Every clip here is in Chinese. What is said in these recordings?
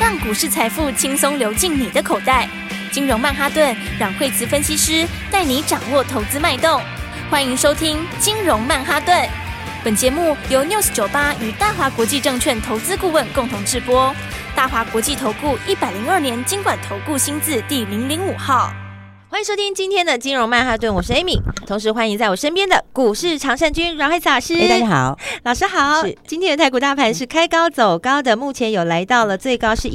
让股市财富轻松流进你的口袋。金融曼哈顿让惠慈分析师带你掌握投资脉动。欢迎收听金融曼哈顿。本节目由 News98 与大华国际证券投资顾问共同制播。大华国际投顾102年金管投顾新字第005号。 欢迎收听今天的金融曼哈顿，我是 Amy， 同时欢迎在我身边的股市常胜军阮惠慈老师。 大家好， 老师好。今天的台股大盘是开高走高的，目前有来到了最高是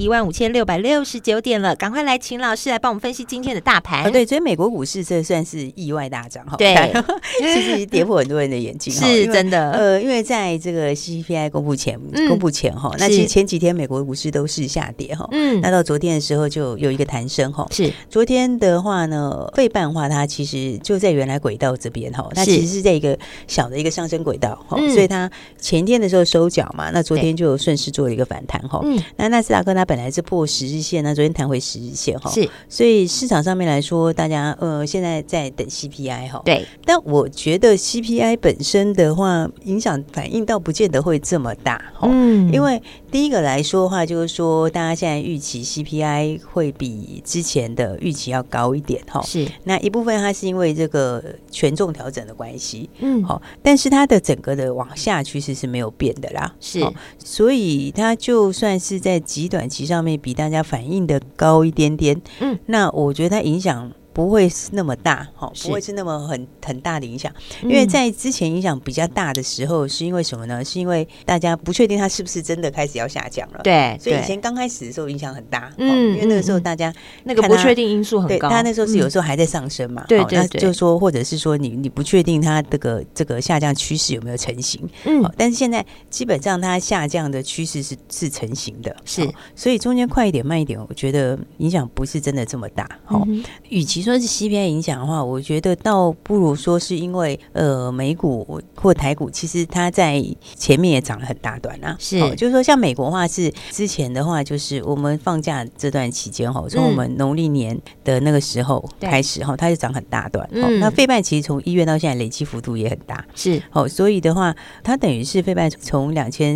15669点了。赶快来请老师来帮我们分析今天的大盘。 对，所以美国股市这算是意外大涨， 对， 其实跌破很多人的眼镜， 是真的。 因为在这个 CPI 公布前那其实前几天美国股市都是下跌那到昨天的时候就有一个弹升是昨天的话呢，费半的话它其实就在原来轨道这边它其实是在一个小的一个上升轨道所以它前天的时候收脚嘛，那昨天就顺势做了一个反弹那纳斯达克它本来是破10日线，那昨天弹回10日线是， 所以市场上面来说，大家现在在等 CPI 对， 但我觉得 CPI 本身的话，影响反应倒不见得会这么大因为第一个来说的话，就是说大家现在预期 CPI 会比之前的预期要高一点是， 那一部分它是因为这个权重调整的关系但是它的整个的往下趋势是没有变的啦， 是所以它就算是在极短期上面比大家反应的高一点点那我觉得它影响不会是那么大不会是那么很大的影响因为在之前影响比较大的时候是因为什么呢？是因为大家不确定它是不是真的开始要下降了， 对， 所以以前刚开始的时候影响很大因为那个时候大家那个不确定因素很高， 对，它那时候是有时候还在上升嘛对对， 那就说或者是说你不确定它这个下降趋势有没有成型但是现在基本上它下降的趋势是成型的， 是所以中间快一点慢一点我觉得影响不是真的这么大与其说是 CPI 影响的话，我觉得倒不如说是因为美股或台股其实它在前面也涨了很大段是就是说像美国的话是之前的话就是我们放假这段期间从我们农历年的那个时候开始它就涨很大段那费半其实从1月到现在累积幅度也很大是所以的话它等于是费半从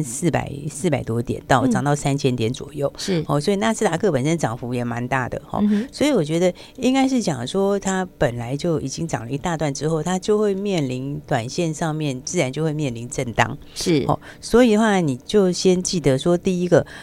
2400多点到涨到3000点左右是所以纳斯达克本身涨幅也蛮大的所以我觉得应该是讲说它本来就已经涨了一大段之后，它就会面临短线上面自然就会面临震荡是所以的话你就先记得说第一个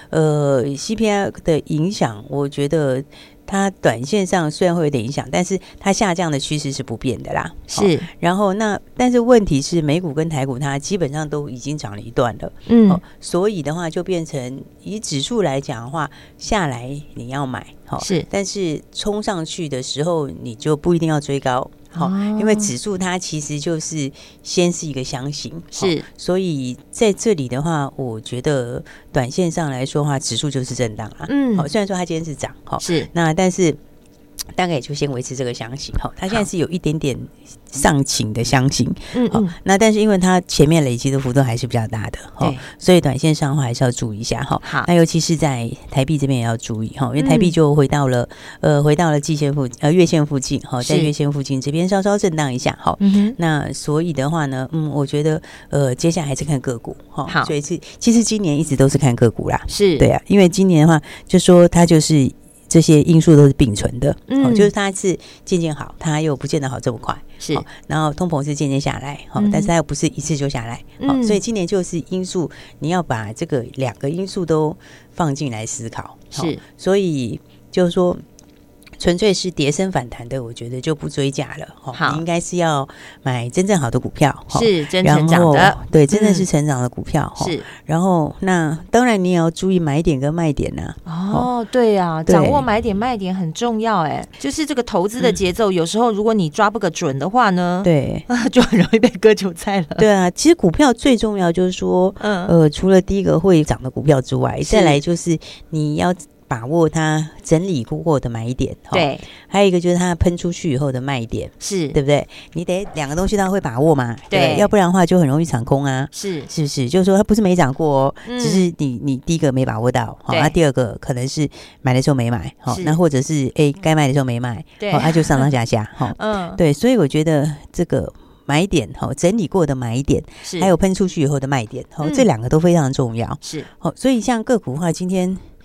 CPI 的影响我觉得它短线上虽然会有点影响，但是它下降的趋势是不变的啦是然后但是问题是美股跟台股它基本上都已经涨了一段了所以的话就变成以指数来讲的话下来你要买是， 但是冲上去的时候你就不一定要追高因为指数它其实就是先是一个箱型是， 所以在这里的话我觉得短线上来说的话指数就是震荡啦虽然说它今天是涨是， 那但是大概也就先维持这个箱型它现在是有一点点上倾的箱型那但是因为它前面累积的幅度还是比较大的所以短线上的话还是要注意一下那尤其是在台币这边也要注意因为台币就回到了季线月线附近在月线附近这边稍稍震荡一下那所以的话呢我觉得接下来还是看个股所以其实今年一直都是看个股啦是对啊，因为今年的话就说它就是这些因素都是并存的就是它是渐渐好，它又不见得好这么快是然后通膨是渐渐下来但是它又不是一次就下来所以今年就是因素你要把这个2个因素都放进来思考是所以就是说纯粹是跌升反弹的我觉得就不追价了你应该是要买真正好的股票是真成长的对真的是成长的股票是然后那当然你也要注意买点跟卖点对啊掌握买点卖点很重要就是这个投资的节奏有时候如果你抓不个准的话呢对就很容易被割韭菜了对啊其实股票最重要就是说除了第一个会涨的股票之外再来就是你要把握它整理过的买点对还有一个就是它喷出去以后的卖点是对不对你得2个东西都会把握嘛对要不然的话就很容易场空啊是不是就是说它不是没涨过只是你第一个没把握到那第二个可能是买的时候没买那或者是该卖的时候没卖对它就上上下下对所以我觉得这个买点整理过的买点还有喷出去以后的卖点这2个都非常重要是所以像个股的话今天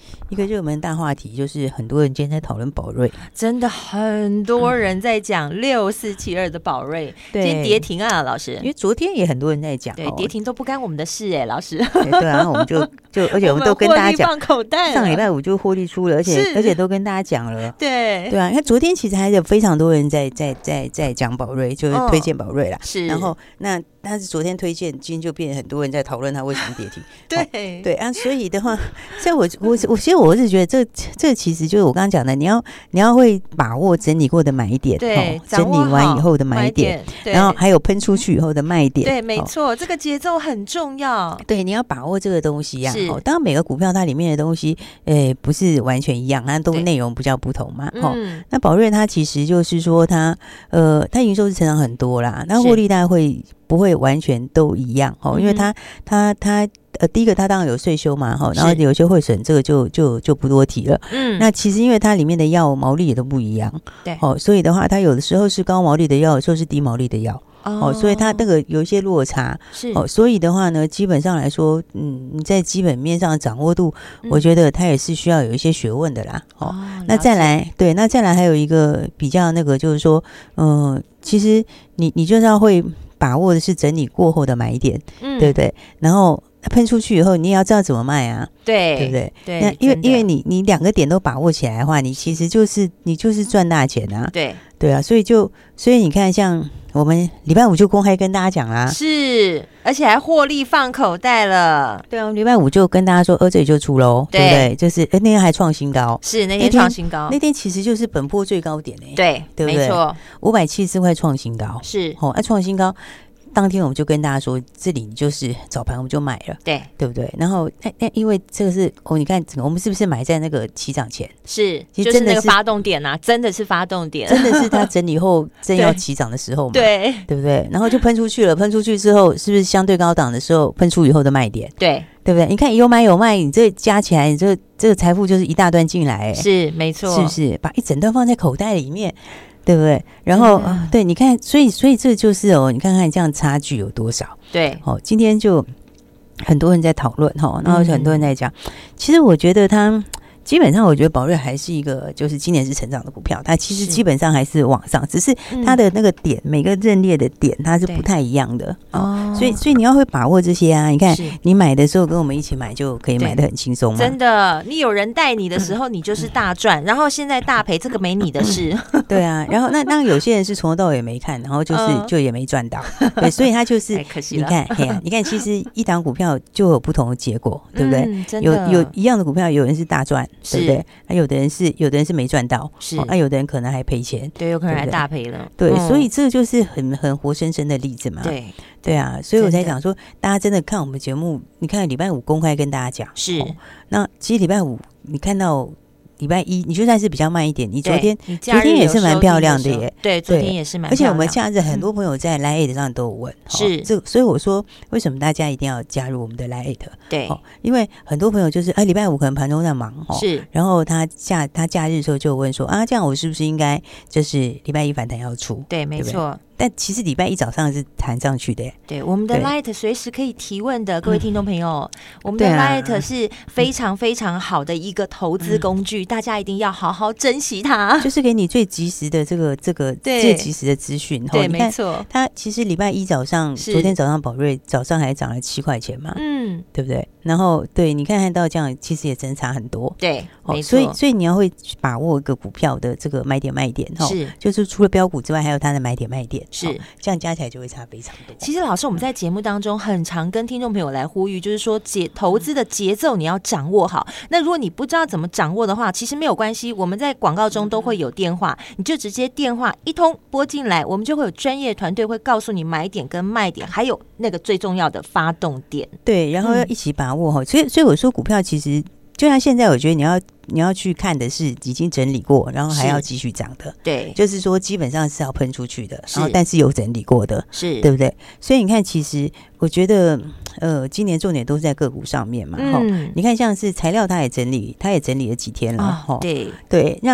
一个热门大话题，就是很多人今天在讨论宝瑞， 真的很多人在讲6472的宝瑞，今天跌停啊，老师。 因为昨天也很多人在讲， 对，跌停都不干我们的事老师。 对啊，我们就而且我们都跟大家讲， 放口袋上礼拜五就获利出了，而且都跟大家讲了。 对啊，你看昨天其实还有非常多人在讲宝瑞，就是推荐宝瑞啦。 是， 然后但是昨天推荐，今天就变成很多人在讨论它为什么跌停。对啊，所以的话，像我其实我是觉得这其实就是我刚刚讲的，你要会把握整理过的买点， 对， 整理完以后的买点，然后还有喷出去以后的卖点， 对，没错，这个节奏很重要。 对，你要把握这个东西呀。当然每个股票它里面的东西，不是完全一样，它都内容比较不同嘛。那宝瑞它其实就是说它营收是成长很多啦，那获利大概不会完全都一样因为它第一个它当然有税收嘛然后有些汇损，这个就不多提了。那其实因为它里面的药毛利也都不一样， 对所以的话它有的时候是高毛利的药，有时候是低毛利的药。所以它这个有一些落差， 是所以的话呢，基本上来说，你在基本面上的掌握度，我觉得它也是需要有一些学问的啦。那再来，对，那再来还有一个比较那个，就是说，其实你就是要会把握的是整理过后的买点，对不对？然后喷出去以后，你也要知道怎么卖啊，对不对？ 对， 那因为你两个点都把握起来的话，你其实就是赚大钱啊，对啊，所以你看像。我们礼拜五就公开跟大家讲啦， 是，而且还获利放口袋了。 对啊，礼拜五就跟大家说，这里就出喽，对不对？就是那天还创新高， 是那天创新高， 那天其实就是本波最高点对不对？没错 ，574块创新高， 是创新高。当天我们就跟大家说，这里就是早盘我们就买了，对不对？然后因为这个是你看我们是不是买在那个起涨前？ 是，就是那个发动点啊，真的是发动点， 真的是它整理后正要起涨的时候嘛，对不对？然后就喷出去了，喷出去之后是不是相对高档的时候喷出以后的卖点？ 对不对？你看有买有卖，你这加起来，你这个财富就是一大段进来， 是没错， 是不是？把一整段放在口袋里面。对不对？然后对，你看，所以这就是你看看这样差距有多少？ 对， 今天就很多人在讨论然后很多人在讲，其实我觉得它。基本上我觉得宝瑞还是一个就是今年是成长的股票，它其实基本上还是往上，只是它的那个点每个认列的点它是不太一样的所以你要会把握这些啊。你看你买的时候跟我们一起买就可以买得很轻松嘛， 真的，你有人带你的时候你就是大赚，然后现在大赔，这个没你的事对啊，然后那有些人是从头到尾没看，然后就也没赚到对，所以他就是可惜了。 你看其实一档股票就有不同的结果对不对？有一样的股票有人是大赚对不对？有的人是没赚到，有的人可能还赔钱， 对，有可能还大赔了， 对，所以这个就是很活生生的例子嘛，对啊，所以我才讲说，大家真的看我们节目，你看礼拜五公开跟大家讲， 是， 那其实礼拜五你看到。礼拜一你就算是比较慢一点，你昨天也是蛮漂亮的耶， 对，昨天也是蛮漂亮的， 而且我们假日很多朋友在 LINE 上都有问， 是所以我说为什么大家一定要加入我们的 LINE？ 对， 因为很多朋友就是礼拜五可能盘中在忙是， 然后他假日的时候就问说这样我是不是应该就是礼拜一反弹要出？ 对，没错。 但其实礼拜一早上是弹上去的耶， 对，我们的 Light 随时可以提问的，各位听众朋友，我们的 Light 是非常非常好的一个投资工具，大家一定要好好珍惜它， 就是给你最及时的这个最及时的资讯。 对，没错。 它其实礼拜一早上，昨天早上宝瑞早上还涨了7块钱嘛，对不对？然后对你看到这样，其实也真差很多， 对，没错。 所以你要会把握一个股票的这个买点卖点， 是， 就是除了标股之外，还有它的买点卖点。 是这样加起来就会差非常多。 其实老师，我们在节目当中很常跟听众朋友来呼吁，就是说投资的节奏你要掌握好。那如果你不知道怎么掌握的话，其实没有关系，我们在广告中都会有电话，你就直接电话一通拨进来，我们就会有专业团队会告诉你买点跟卖点，还有那个最重要的发动点。 对，然后要一起把握哈。所以我说股票其实就像现在，我觉得你要去看的是已经整理过，然后还要继续涨的， 对， 就是说基本上是要喷出去的，然后但是有整理过的， 是对不对？所以你看，其实我觉得今年重点都是在个股上面嘛，你看像是材料它也整理了几天了， 对， 那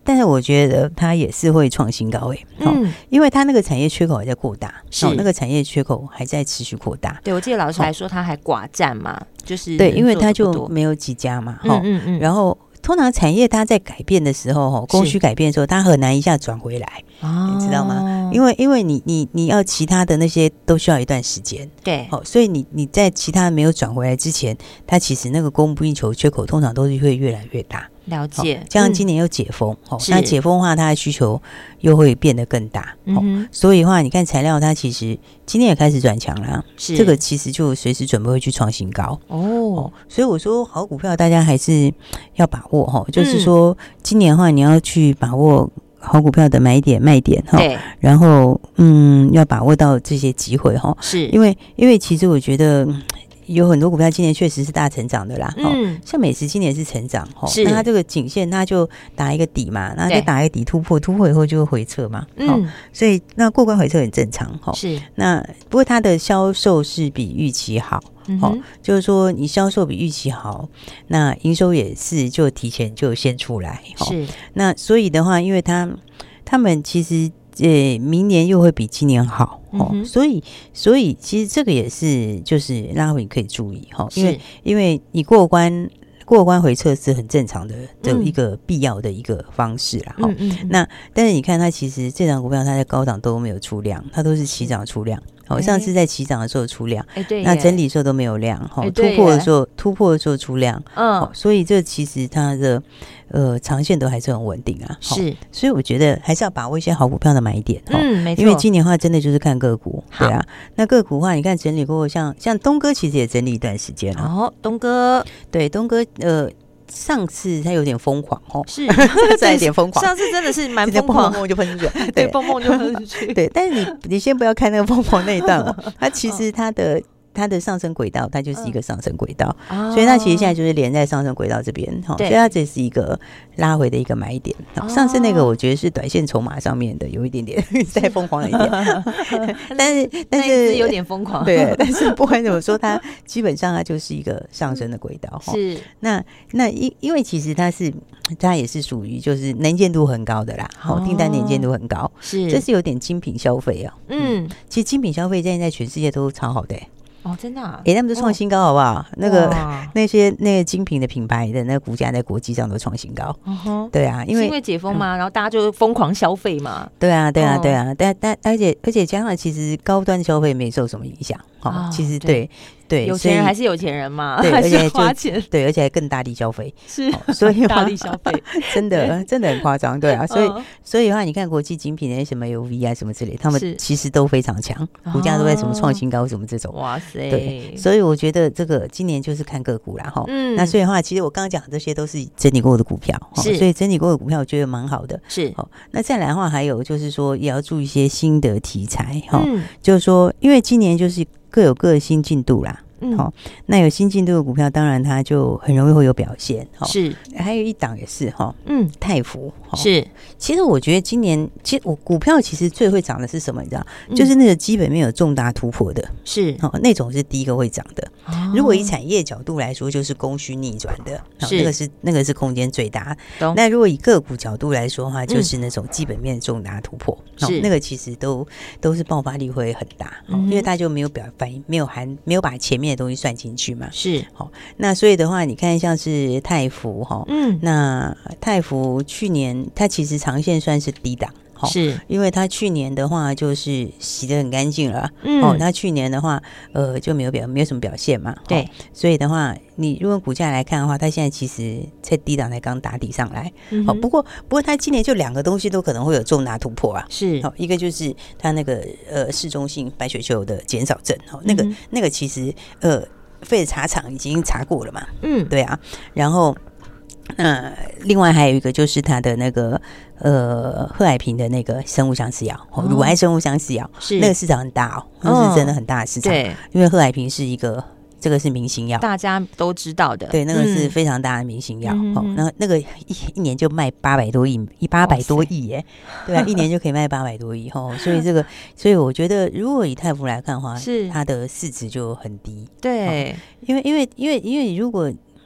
但是我觉得它也是会创新高因为它那个产业缺口还在扩大，那个产业缺口还在持续扩大。 对，我记得老师还说它还寡占嘛，就是对，因为它就没有几家嘛，然后。通常产业它在改变的时候，供需改变的时候，它很难一下转回来，你知道吗？因为你要其他的那些都需要一段时间， 对， 所以你在其他没有转回来之前，它其实那个供不应求缺口通常都是会越来越大。 了解， 加上今年又解封，那解封的话，它的需求又会变得更大，所以的话，你看材料它其实今年也开始转强了，这个其实就随时准备会去创新高所以我说好股票大家还是要把握就是说今年的话，你要去把握好股票的买点卖点然后要把握到这些机会是因为其实我觉得。有很多股票今年确实是大成长的啦，像美食今年是成长，那它这个颈线它就打一个底嘛，然后再打一个底突破以后就会回撤嘛，所以那过关回撤很正常， 是。 那不过它的销售是比预期好，就是说你销售比预期好，那营收也是就提前就先出来， 是。 那所以的话，因为他们其实。明年又会比今年好所以其实这个也是就是拉回可以注意因为你过关回撤是很正常的一个必要的一个方式啦那但是你看它其实这档股票它在高档都没有出量，它都是起涨出量。上次在起涨的时候出量，那整理的时候都没有量，突破的时候出量，所以这其实它的长线都还是很稳定啊， 是， 所以我觉得还是要把握一些好股票的买点， 没错， 因为今年的话真的就是看个股，对啊，那个股的话，你看整理过后，像东哥其实也整理一段时间了， 东哥上次他有点疯狂是再一点疯狂。 上次真的是蛮疯狂， 蹦就喷出去， 对，蹦就喷出去。 对，但是你先不要看那个疯狂那一段它其实它的上升轨道，它就是一个上升轨道，所以它其实现在就是连在上升轨道这边，所以它这是一个拉回的一个买点。上次那个我觉得是短线筹码上面的有一点点再疯狂了一点，但是有点疯狂， 对，但是不管怎么说，它基本上它就是一个上升的轨道。 是那因为其实它也是属于就是能见度很高的啦，订单能见度很高， 是这是有点精品消费啊。其实精品消费现在在全世界都超好的。 真的他们都创新高好不好？那个精品的品牌的那个股价在国际上都创新高。对啊，因为解封嘛，然后大家就疯狂消费嘛。 对啊，但而且加上其实高端消费没受什么影响。其实对， 有钱人还是有钱人嘛， 对， 还是花钱， 对，而且还更大力消费， 是， 所以大力消费， 真的很夸张，对啊，所以的话，你看国际精品的什么 LV 啊什么之类，他们其实都非常强，股价都在什么创新高什么这种， 哇塞， 对，所以我觉得这个今年就是看个股啦那所以的话，其实我刚刚讲的这些都是整理过的股票，所以整理过的股票我觉得蛮好的， 是， 那再来的话，还有就是说也要注意一些新的题材就是说，因为今年就是各有各的新进度啦。那有新进度的股票，当然它就很容易会有表现。 是， 还有一档也是泰福是。 其实我觉得今年，其实我股票其实最会涨的是什么？你知道，就是那个基本面有重大突破的， 是那种是第一个会涨的。如果以产业角度来说，就是供需逆转的，那个是空间最大。那如果以个股角度来说的话，就是那种基本面重大突破，那个其实都是爆发力会很大，因为它就没有反应，没有把前面的东西算进去嘛， 是那所以的话，你看像是泰福那泰福去年它其实长线算是低档。 是因为它去年的话就是洗得很干净了，它去年的话就没有什么表现嘛， 对， 所以的话，你如果股价来看的话，它现在其实在低档才刚打底上来，不过它今年就两个东西都可能会有重大突破啊， 是一个就是它那个嗜中性白血球的减少症，那个其实肺查厂已经查过了嘛，对啊，然后。另外还有一个就是它的那个贺海平的那个生物相似药，乳癌生物相似药，是那个市场很大那是真的很大的市场。对，因为贺海平是一个这个是明星药， 大家都知道的。 对，那个是非常大的明星药。那个一年就卖800多亿，800多亿耶！对啊，一年就可以卖800多亿所以我觉得，如果以泰福来看的话，是它的市值就很低。 对， 因为如果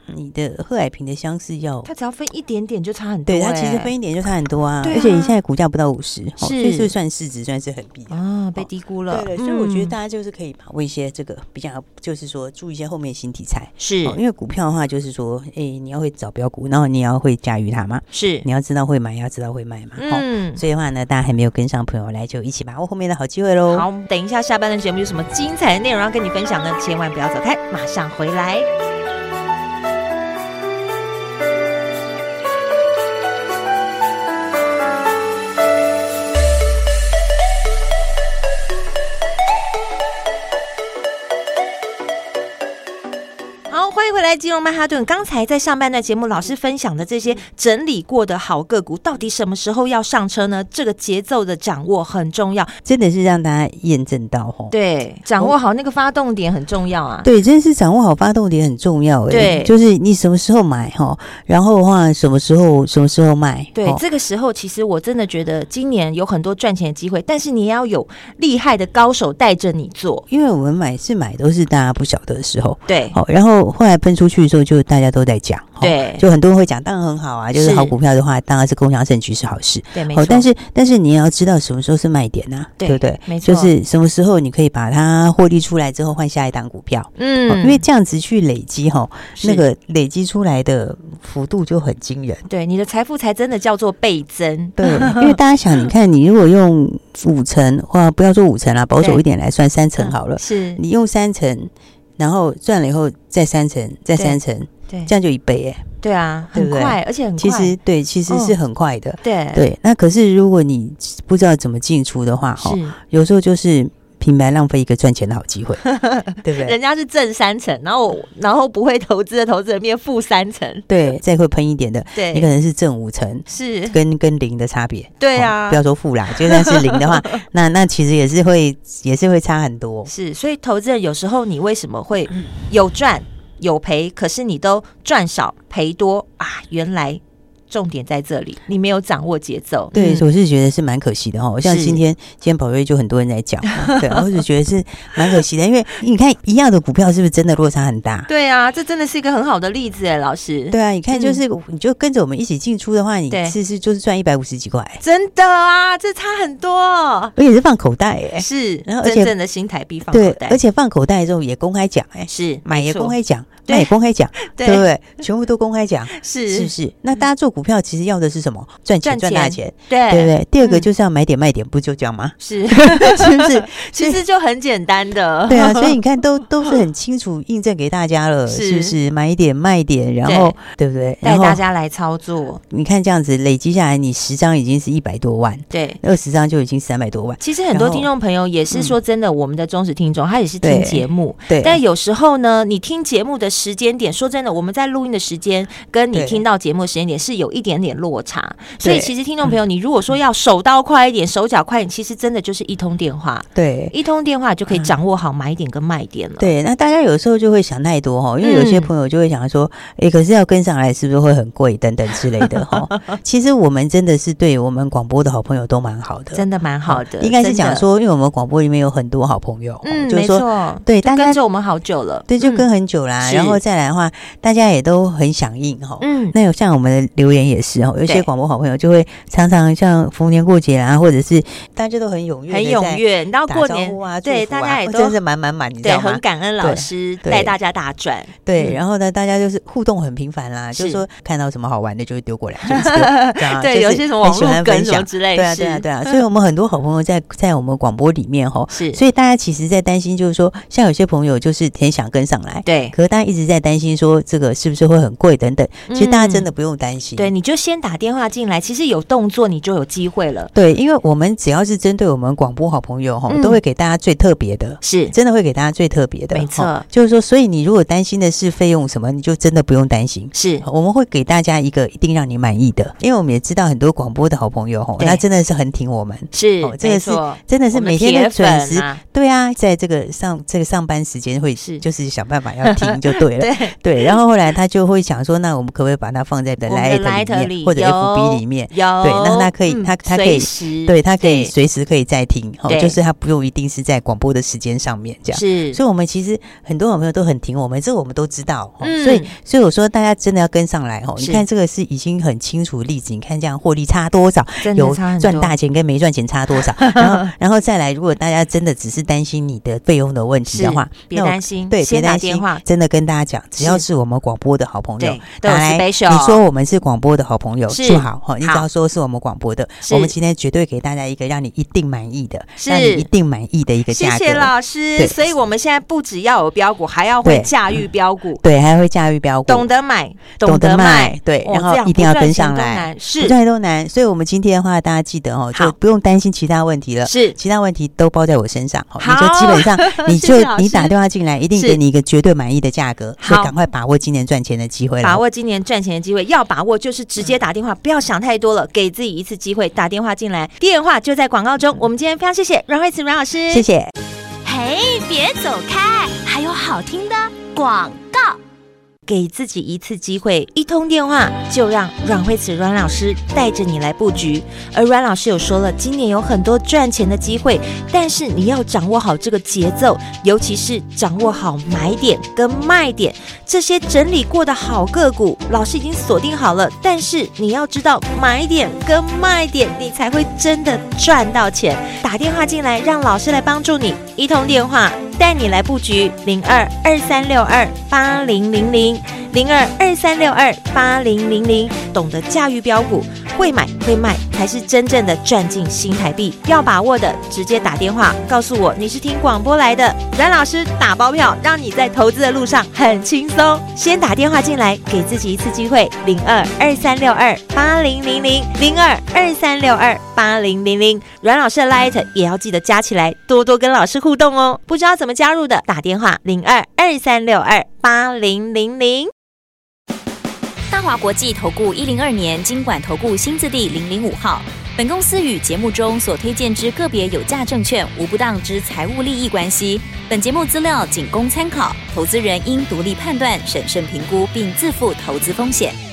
你的贺海平的相似药， 它只要分一点点就差很多、欸。 对，它其实分一点就差很多啊。 对啊， 而且你现在股价不到50， 是， 所以是算市值算是很低啊，被低估了。 对，所以我觉得大家就是可以把握一些这个比较，就是说注意一些后面新题材。 是， 因为股票的话，就是说，你要会找标股，然后你要会驾驭它嘛。 是， 你要知道会买，要知道会卖嘛。所以的话呢，大家还没有跟上朋友来，就一起把握后面的好机会喽。 好，等一下下班的节目有什么精彩的内容要跟你分享呢？千万不要走开，马上回来。欢迎回来，金融曼哈顿。刚才在上半段节目，老师分享的这些整理过的好个股，到底什么时候要上车呢？这个节奏的掌握很重要， 真的是让大家验证到吼。 对，掌握好那个发动点很重要啊。 对，真是掌握好发动点很重要。 对， 就是你什么时候买哈，然后的话什么时候卖。 对，这个时候其实我真的觉得今年有很多赚钱的机会，但是你也要有厉害的高手带着你做， 因为我们买都是大家不晓得的时候。 对， 然后后来喷出去的时候，就大家都在讲， 对， 就很多人会讲，当然很好啊，就是好股票的话，当然是共享盛举是好事， 对，没错。 但是你也要知道什么时候是卖点啊，对不对？ 没错， 就是什么时候你可以把它获利出来之后换下一档股票，因为这样子去累积那个累积出来的幅度就很惊人， 对，你的财富才真的叫做倍增， 对，因为大家想，你看你如果用5成，或不要说5成啦，保守一点来算3成好了， 是你用3成。然后赚了以后再3成，再3成， 对， 这样就1倍对啊，很快，而且很快。 其实是很快的。 对。 那可是如果你不知道怎么进出的话，有时候就是平白浪费一个赚钱的好机会，对不对？ 人家是正3成，然后不会投资的投资人变负3成， 对，再会喷一点的， 对， 你可能是正5成， 是跟0的差别， 对啊， 不要说负啦，就算是0的话，那其实也是会差很多， 是，所以投资人有时候你为什么会有赚有赔，可是你都赚少赔多啊？原来重点在这里，你没有掌握节奏。 对，我是觉得是蛮可惜的哈。像今天宝瑞就很多人在讲，对，我是觉得是蛮可惜的，因为你看一样的股票是不是真的落差很大？ 对啊，这真的是一个很好的例子哎，老师。 对啊，你看就是你就跟着我们一起进出的话，你就是赚150几块， 真的啊，这差很多， 而且是放口袋哎， 是，然后真正的新台币放口袋， 对，而且放口袋之后也公开讲哎， 是买也公开讲。卖也公开讲，对不对？全部都公开讲，是不是？那大家做股票其实要的是什么？赚钱，赚大钱， 对不对？第二个就是要买点卖点，不就这样吗？ 是， 是不是？ 其实就很简单的， 对啊。所以你看，都是很清楚印证给大家了，是不是？买一点卖点，然后对不对？ 带大家来操作。 你看这样子累积下来，你10张已经是100多万， 对 ，20张就已经300多万。 其实很多听众朋友也是说真的，我们的忠实听众，他也是听节目， 对。 但有时候呢，你听节目的时间点，说真的，我们在录音的时间跟你听到节目的时间点是有一点点落差，所以其实听众朋友，你如果说要手刀快一点，手脚快一点，其实真的就是一通电话， 对， 一通电话就可以掌握好买点跟卖点了。 对，那大家有时候就会想太多哈，因为有些朋友就会想说，可是要跟上来是不是会很贵等等之类的哈。其实我们真的是对我们广播的好朋友都蛮好的， 真的蛮好的。 应该是讲说，因为我们广播里面有很多好朋友， 就是说， 对，大家跟着我们好久了， 对，就跟很久啦。然后再来的话，大家也都很响应哈。那有像我们的留言也是哈，有些广播好朋友就会常常像逢年过节啊，或者是大家都很踊跃， 很踊跃。你到过年啊， 对，大家也都真是满，你知道吗？ 对，很感恩老师带大家大赚。 对，然后呢，大家就是互动很频繁啦，就是说看到什么好玩的就会丢过来， 对，有些什么网络梗什么之类的， 对啊。所以我们很多好朋友在我们广播里面哈， 是， 所以大家其实在担心，就是说，像有些朋友就是很想跟上来， 对， 可是大家一直在担心说这个是不是会很贵等等。其实大家真的不用担心， 对，你就先打电话进来，其实有动作你就有机会了。 对，因为我们只要是针对我们广播好朋友哈，都会给大家最特别的， 是真的会给大家最特别的， 没错。 就是说，所以你如果担心的是费用什么，你就真的不用担心， 是我们会给大家一个一定让你满意的，因为我们也知道很多广播的好朋友哈，那真的是很挺我们， 是这个是真的是每天的准时，对啊，在这个上班时间会就是想办法要听就对了，对，然后后来他就会想说，那我们可不可以把它放在的来的里面或者 FB 里面， 有对，那他可以他可以对，他可以随时可以再听，就是他不用一定是在广播的时间上面这样。 是， 所以我们其实很多好朋友都很挺我们，这个我们都知道，所以我说大家真的要跟上来哦。你看这个是已经很清楚的例子，你看这样获利差多少，有赚大钱跟没赚钱差多少，然后再来，如果大家真的只是担心你的费用的问题的话， 别担心， 对，别担心，真的跟大家讲，只要是我们广播的好朋友，打来，你说我们是广播的好朋友就好，你只要说是我们广播的，我们今天绝对给大家一个让你一定满意的，让你一定满意的一个价格。 谢谢老师。所以我们现在不只要有标股，还要会驾驭标股， 对，还会驾驭标股， 懂得买，懂得卖， 对，然后一定要跟上来， 是不赚钱都难。所以我们今天的话，大家记得就不用担心其他问题了， 是其他问题都包在我身上，你就基本上你打电话进来，一定给你一个绝对满意的价格，所以赶快把握今年赚钱的机会了。 把握今年赚钱的机会，要把握就是直接打电话，不要想太多了，给自己一次机会，打电话进来，电话就在广告中。我们今天非常谢谢阮慧慈阮老师， 谢谢。 嘿，别走开，还有好听的广告。 给自己一次机会，一通电话就让阮慧慈阮老师带着你来布局。而阮老师有说了，今年有很多赚钱的机会，但是你要掌握好这个节奏，尤其是掌握好买点跟卖点，这些整理过的好个股，老师已经锁定好了。但是你要知道买点跟卖点，你才会真的赚到钱。打电话进来，让老师来帮助你，一通电话带你来布局02-2362-8000，02-2362-8000，懂得驾驭标股，会买会卖，才是真正的赚进新台币。要把握的，直接打电话告诉我你是听广播来的，阮老师打包票，让你在投资的路上很轻松。先打电话进来，给自己一次机会，02-2362-8000，02-2362-8000。阮老师的 Light 也要记得加起来，多多跟老师互动哦。不知道怎么加入的，打电话02-2362-8000。 大华国际投顾102年金管投顾新字第005号。本公司与节目中所推荐之个别有价证券无不当之财务利益关系。本节目资料仅供参考，投资人应独立判断、审慎评估，并自负投资风险。